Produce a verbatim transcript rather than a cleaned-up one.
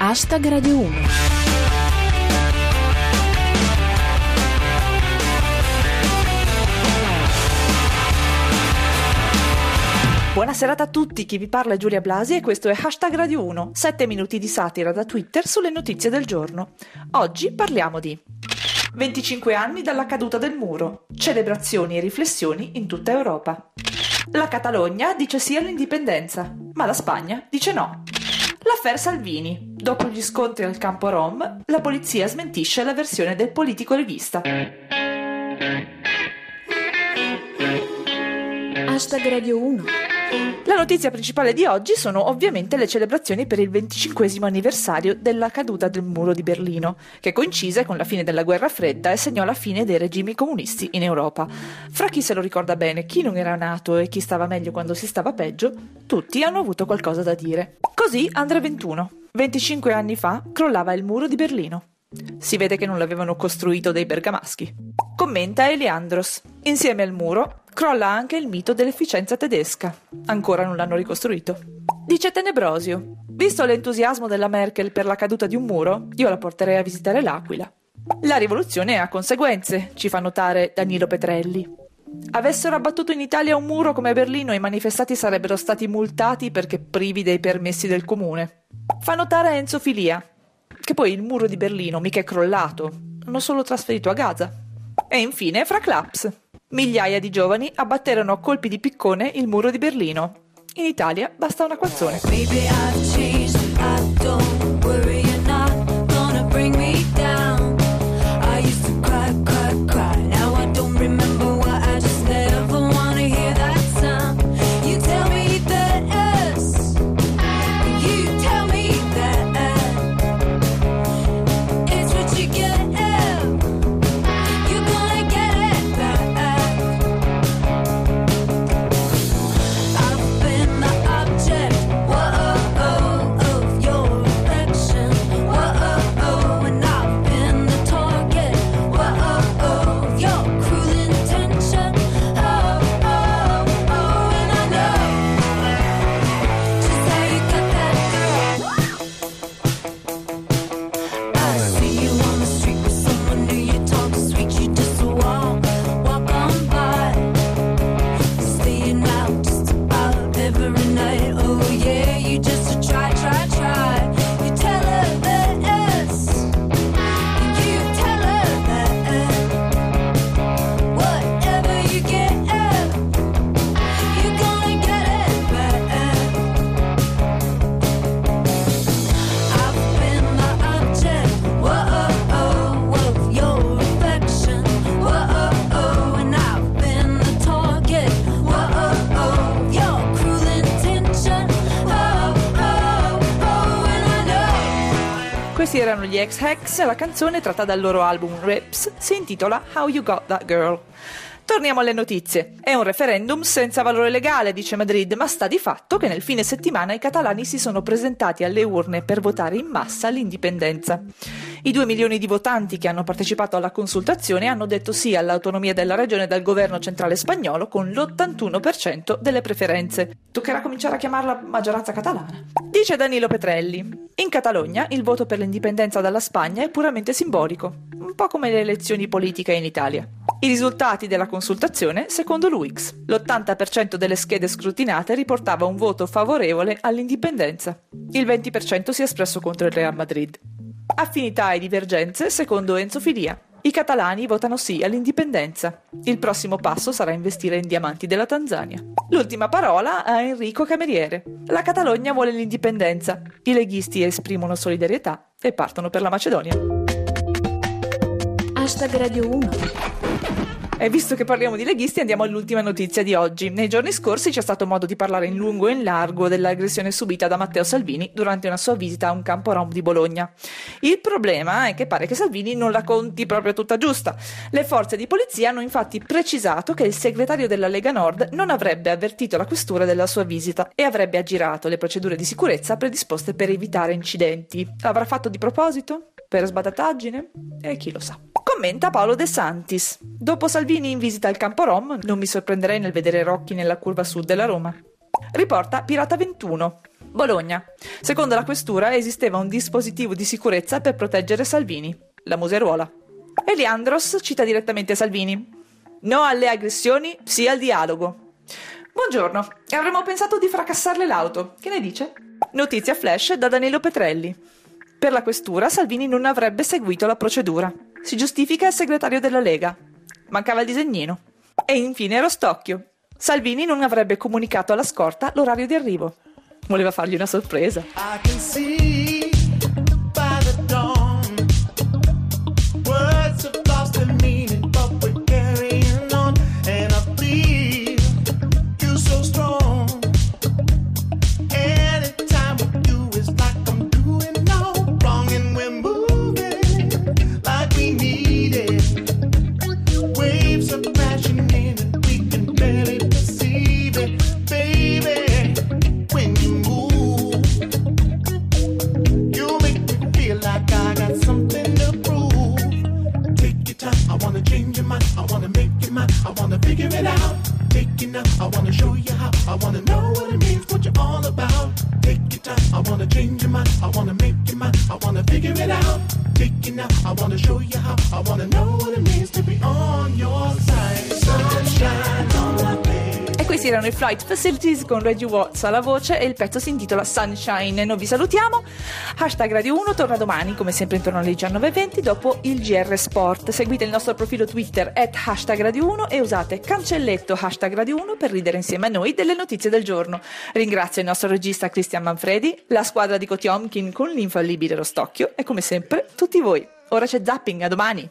Hashtag Radio uno. Buona serata a tutti, chi vi parla è Giulia Blasi e questo è Hashtag Radio uno, sette minuti di satira da Twitter sulle notizie del giorno. Oggi parliamo di venticinque anni dalla caduta del muro, celebrazioni e riflessioni in tutta Europa. La Catalogna dice sì all'indipendenza, ma la Spagna dice no. L'affaire Salvini, dopo gli scontri al campo Rom, la polizia smentisce la versione del politico leghista. Hashtag Radio uno. La notizia principale di oggi sono ovviamente le celebrazioni per il venticinquesimo anniversario della caduta del muro di Berlino, che coincise con la fine della guerra fredda e segnò la fine dei regimi comunisti in Europa. Fra chi se lo ricorda bene, chi non era nato e chi stava meglio quando si stava peggio, tutti hanno avuto qualcosa da dire. Così Andre ventuno, venticinque anni fa, crollava il muro di Berlino. Si vede che non l'avevano costruito dei bergamaschi. Commenta Eliandros. Insieme al muro crolla anche il mito dell'efficienza tedesca. Ancora non l'hanno ricostruito. Dice Tenebrosio. Visto l'entusiasmo della Merkel per la caduta di un muro, io la porterei a visitare l'Aquila. La rivoluzione ha conseguenze, ci fa notare Danilo Petrelli. Avessero abbattuto in Italia un muro come a Berlino, i manifestati sarebbero stati multati perché privi dei permessi del comune. Fa notare Enzo Filia. Che poi il muro di Berlino mica è crollato, hanno solo trasferito a Gaza. E infine fra Claps. Migliaia di giovani abbatterono a colpi di piccone il muro di Berlino. In Italia basta un acquazzone. Questi erano gli X-Hex, la canzone tratta dal loro album Rips si intitola How You Got That Girl. Torniamo alle notizie. È un referendum senza valore legale, dice Madrid, ma sta di fatto che nel fine settimana i catalani si sono presentati alle urne per votare in massa l'indipendenza. I due milioni di votanti che hanno partecipato alla consultazione hanno detto sì all'autonomia della regione dal governo centrale spagnolo con l'ottantuno per cento delle preferenze. Toccherà cominciare a chiamarla maggioranza catalana. Dice Danilo Petrelli. In Catalogna il voto per l'indipendenza dalla Spagna è puramente simbolico, un po' come le elezioni politiche in Italia. I risultati della consultazione secondo l'U I X. L'ottanta per cento delle schede scrutinate riportava un voto favorevole all'indipendenza. Il venti per cento si è espresso contro il Real Madrid. Affinità e divergenze secondo Enzo Filia. I catalani votano sì all'indipendenza. Il prossimo passo sarà investire in diamanti della Tanzania. L'ultima parola a Enrico Cameriere. La Catalogna vuole l'indipendenza. I leghisti esprimono solidarietà e partono per la Macedonia. Hashtag Radio uno. E visto che parliamo di leghisti, andiamo all'ultima notizia di oggi. Nei giorni scorsi c'è stato modo di parlare in lungo e in largo dell'aggressione subita da Matteo Salvini durante una sua visita a un campo rom di Bologna. Il problema è che pare che Salvini non la conti proprio tutta giusta. Le forze di polizia hanno infatti precisato che il segretario della Lega Nord non avrebbe avvertito la questura della sua visita e avrebbe aggirato le procedure di sicurezza predisposte per evitare incidenti. L'avrà fatto di proposito? Per sbadataggine? E chi lo sa. Commenta Paolo De Santis. Dopo Salvini in visita al campo rom, non mi sorprenderei nel vedere Rocchi nella curva sud della Roma. Riporta Pirata ventuno. Bologna. Secondo la questura esisteva un dispositivo di sicurezza per proteggere Salvini, la museruola. Eliandros cita direttamente Salvini. No alle aggressioni, sì al dialogo. Buongiorno, avremmo pensato di fracassarle l'auto. Che ne dice? Notizia flash da Danilo Petrelli. Per la questura Salvini non avrebbe seguito la procedura. Si giustifica il segretario della Lega. Mancava il disegnino. E infine Rostocchio. Salvini non avrebbe comunicato alla scorta l'orario di arrivo. Voleva fargli una sorpresa. I can see by the dawn words have lost their meaning, but we're carrying on, and I feel you so strong. Anytime with you is like I'm doing no wrong, and we're moving like we need it. Waves are crashing in and we can barely perceive it, baby. When you move, you make me feel like I got something to prove. Take your time, I wanna change your mind, I wanna make you mine, I wanna figure it out. Take it now, I wanna show you how, I wanna know what it means, what you're all about. Take your time, I wanna change your mind, I wanna make you mine, I wanna figure it out. Take it now, I wanna show you how, I wanna know what it means to be on your side. Sunshine on my face. E questi erano i Flight Facilities con Reggie Watts alla voce e il pezzo si intitola Sunshine. Noi vi salutiamo. Hashtag Radio uno torna domani, come sempre intorno alle diciannove e venti, dopo il G R Sport. Seguite il nostro profilo Twitter at hashtag Radio uno e usate cancelletto hashtag Radio uno per ridere insieme a noi delle notizie del giorno. Ringrazio il nostro regista Cristian Manfredi, la squadra di Kotiomkin con l'infallibile Rostocchio e come sempre tutti voi. Ora c'è Zapping, a domani!